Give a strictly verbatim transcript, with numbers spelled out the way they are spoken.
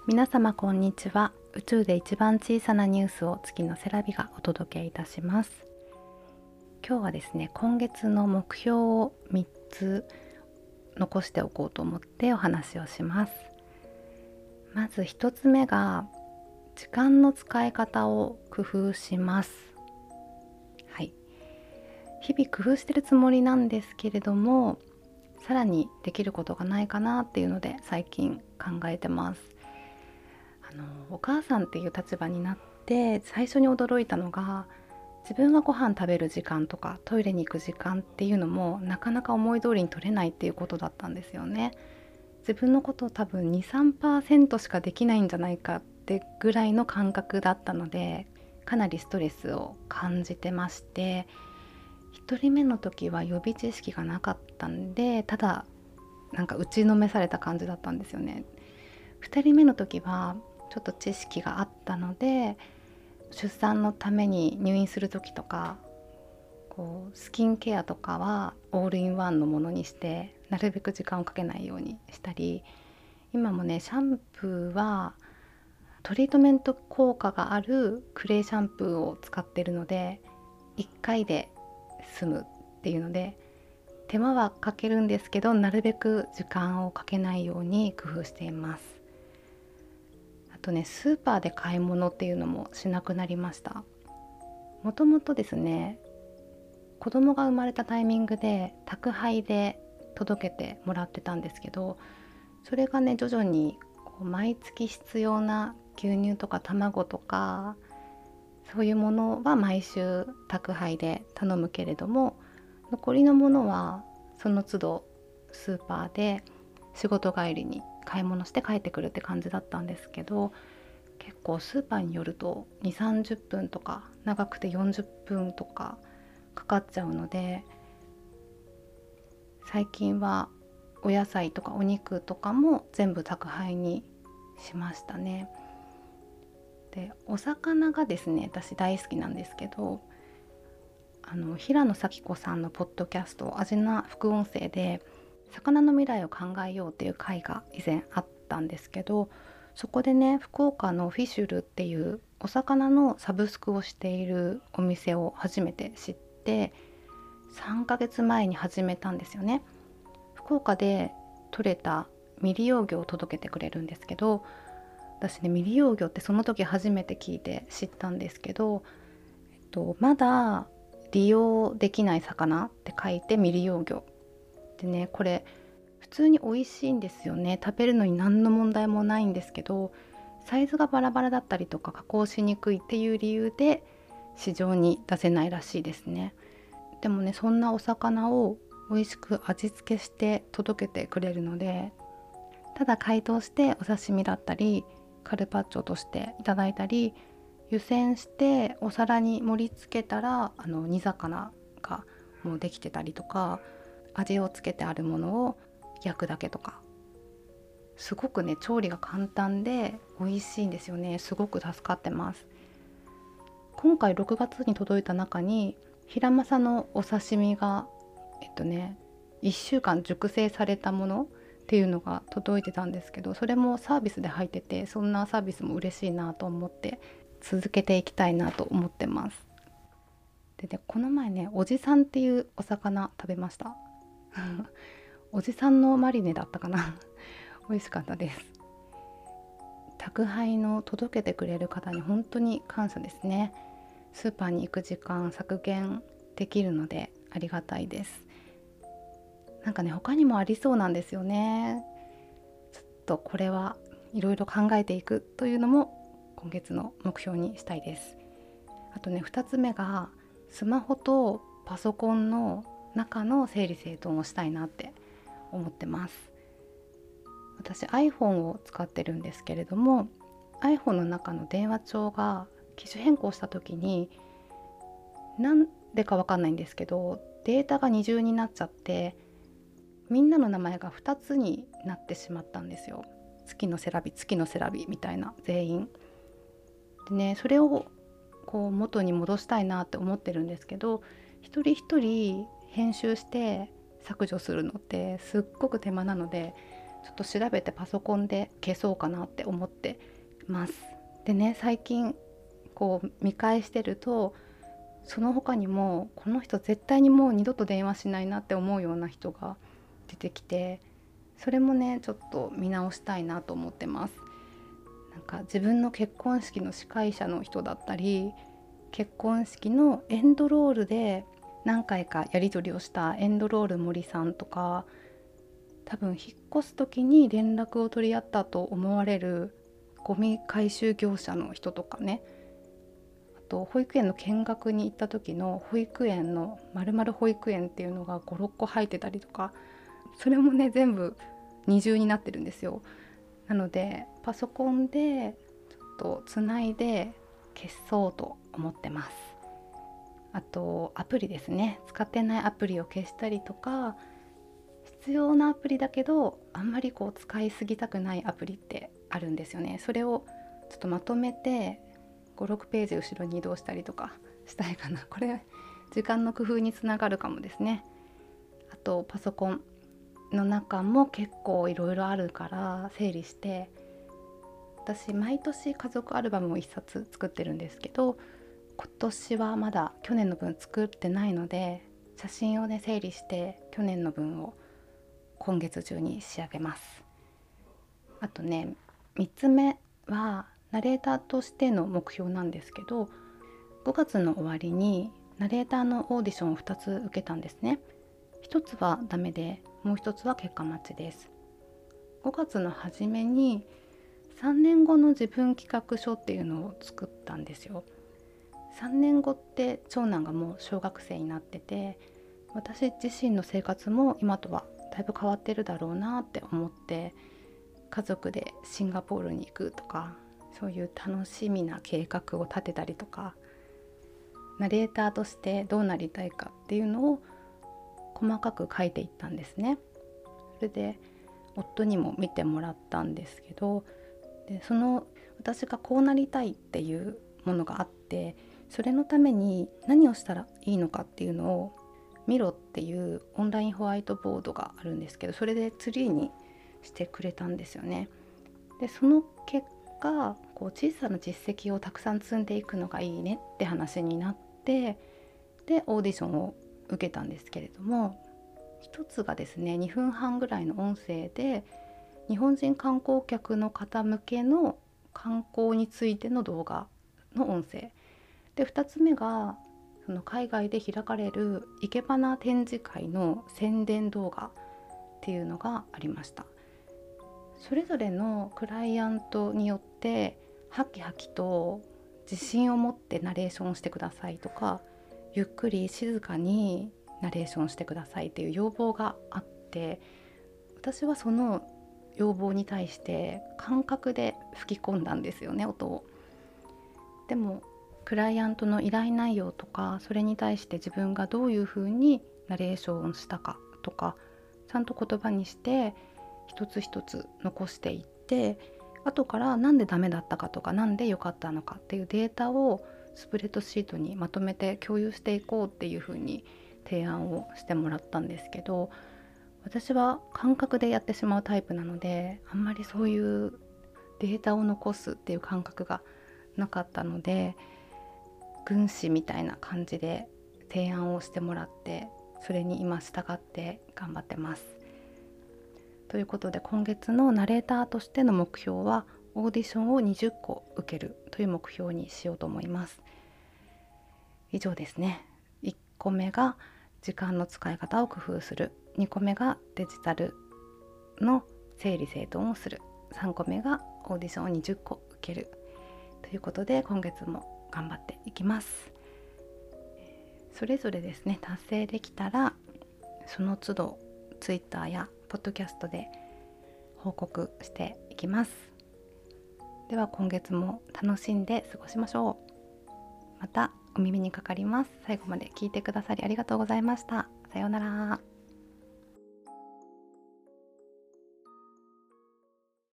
皆様こんにちは。宇宙で一番小さなニュースを月のセラビがお届けいたします。今日はですね、今月の目標をみっつ残しておこうと思ってお話をします。まずひとつめが、時間の使い方を工夫します。はい。日々工夫してるつもりなんですけれども、さらにできることがないかなっていうので最近考えてます。あのお母さんっていう立場になって最初に驚いたのが、自分がご飯食べる時間とかトイレに行く時間っていうのもなかなか思い通りに取れないっていうことだったんですよね。自分のことを多分 にさんパーセント しかできないんじゃないかってぐらいの感覚だったので、かなりストレスを感じてまして、ひとりめの時は予備知識がなかったんで、ただなんか打ちのめされた感じだったんですよね。ふたりめの時はちょっと知識があったので、出産のために入院する時とか、こうスキンケアとかはオールインワンのものにしてなるべく時間をかけないようにしたり、今もねシャンプーはトリートメント効果があるクレイシャンプーを使ってるので、いっかいで済むっていうので手間はかけるんですけど、なるべく時間をかけないように工夫しています。あとね、スーパーで買い物っていうのもしなくなりました。もともとですね、子供が生まれたタイミングで宅配で届けてもらってたんですけど、それがね徐々にこう毎月必要な牛乳とか卵とかそういうものは毎週宅配で頼むけれども、残りのものはその都度スーパーで仕事帰りに買い物して帰ってくるって感じだったんですけど、結構スーパーによるとにじゅうさんじゅっぷんとか長くてよんじゅっぷんとかかかっちゃうので、最近はお野菜とかお肉とかも全部宅配にしましたね。で、お魚がですね、私大好きなんですけど、あの平野咲子さんのポッドキャスト味な副音声で魚の未来を考えようっていう回が以前あったんですけど、そこでね、福岡のフィッシュルっていうお魚のサブスクをしているお店を初めて知って、さんかげつまえに始めたんですよね。福岡で採れた未利用魚を届けてくれるんですけど、私ね、未利用魚ってその時初めて聞いて知ったんですけど、えっと、まだ利用できない魚って書いて未利用魚でね、これ普通に美味しいんですよね。食べるのに何の問題もないんですけど、サイズがバラバラだったりとか加工しにくいっていう理由で市場に出せないらしいですね。でもね、そんなお魚を美味しく味付けして届けてくれるので、ただ解凍してお刺身だったりカルパッチョとしていただいたり、湯煎してお皿に盛り付けたらあの煮魚がもうできてたりとか、味をつけてあるものを焼くだけとか、すごくね調理が簡単で美味しいんですよね。すごく助かってます。今回ろくがつに届いた中にヒラマサのお刺身がえっとねいっしゅうかん熟成されたものっていうのが届いてたんですけど、それもサービスで入ってて、そんなサービスも嬉しいなと思って続けていきたいなと思ってます。でね、この前ね、おじさんっていうお魚食べましたおじさんのマリネだったかな美味しかったです。宅配の届けてくれる方に本当に感謝ですね。スーパーに行く時間削減できるのでありがたいです。なんかね、他にもありそうなんですよね。ちょっとこれはいろいろ考えていくというのも今月の目標にしたいです。あとね、ふたつめがスマホとパソコンの中の整理整頓をしたいなって思ってます。私 iPhone を使ってるんですけれども、 iPhone の中の電話帳が機種変更した時に、なんでかわかんないんですけどデータが二重になっちゃって、みんなの名前がふたつになってしまったんですよ。月のセラビ月のセラビみたいな、全員でね、それをこう元に戻したいなって思ってるんですけど、一人一人編集して削除するのってすっごく手間なので、 ちょっと調べてパソコンで消そうかなって思ってます。でね、最近こう見返してると、その他にもこの人絶対にもう二度と電話しないなって思うような人が出てきて、それもねちょっと見直したいなと思ってます。なんか自分の結婚式の司会者の人だったり、結婚式のエンドロールで何回かやり取りをしたエンドロール森さんとか、多分引っ越す時に連絡を取り合ったと思われるゴミ回収業者の人とかね、あと保育園の見学に行った時の保育園の〇〇保育園っていうのがごろっこ入ってたりとか、それもね全部二重になってるんですよ。なのでパソコンでちょっとつないで消そうと思ってます。あとアプリですね、使ってないアプリを消したりとか、必要なアプリだけどあんまりこう使いすぎたくないアプリってあるんですよね。それをちょっとまとめてご、ろくページ後ろに移動したりとかしたいかな。これ時間の工夫につながるかもですね。あとパソコンの中も結構いろいろあるから整理して、私毎年家族アルバムをいっさつ作ってるんですけど、今年はまだ去年の分作ってないので、写真をね整理して去年の分を今月中に仕上げます。あとね、みっつめはナレーターとしての目標なんですけど、ごがつの終わりにナレーターのオーディションをふたつ受けたんですね。ひとつはダメで、もうひとつは結果待ちです。ごがつの初めにさんねんごの自分企画書っていうのを作ったんですよ。さんねんごって長男がもう小学生になってて、私自身の生活も今とはだいぶ変わってるだろうなって思って、家族でシンガポールに行くとか、そういう楽しみな計画を立てたりとか、ナレーターとしてどうなりたいかっていうのを細かく書いていったんですね。それで夫にも見てもらったんですけど、でその私がこうなりたいっていうものがあって、それのために何をしたらいいのかっていうのをミロっていうオンラインホワイトボードがあるんですけど、それでツリーにしてくれたんですよね。でその結果こう小さな実績をたくさん積んでいくのがいいねって話になって、でオーディションを受けたんですけれども、一つがですねにふんはんぐらいの音声で日本人観光客の方向けの観光についての動画の音声で、ふたつめがその海外で開かれる生け花展示会の宣伝動画っていうのがありました。それぞれのクライアントによってハキハキと自信を持ってナレーションしてくださいとか、ゆっくり静かにナレーションしてくださいっていう要望があって、私はその要望に対して感覚で吹き込んだんですよね、音を。でもクライアントの依頼内容とか、それに対して自分がどういうふうにナレーションしたかとか、ちゃんと言葉にして一つ一つ残していって、後からなんでダメだったかとか、なんで良かったのかっていうデータをスプレッドシートにまとめて共有していこうっていうふうに提案をしてもらったんですけど、私は感覚でやってしまうタイプなので、あんまりそういうデータを残すっていう感覚がなかったので、軍師みたいな感じで提案をしてもらって、それに今従って頑張ってます。ということで、今月のナレーターとしての目標はオーディションをにじゅっこ受けるという目標にしようと思います。以上ですね。いっこめが時間の使い方を工夫する、にこめがデジタルの整理整頓をする、さんこめがオーディションをにじゅっこ受けるということで、今月も頑張っていきます。それぞれですね達成できたら、その都度ツイッターやポッドキャストで報告していきます。では今月も楽しんで過ごしましょう。またお耳にかかります。最後まで聞いてくださりありがとうございました。さようなら。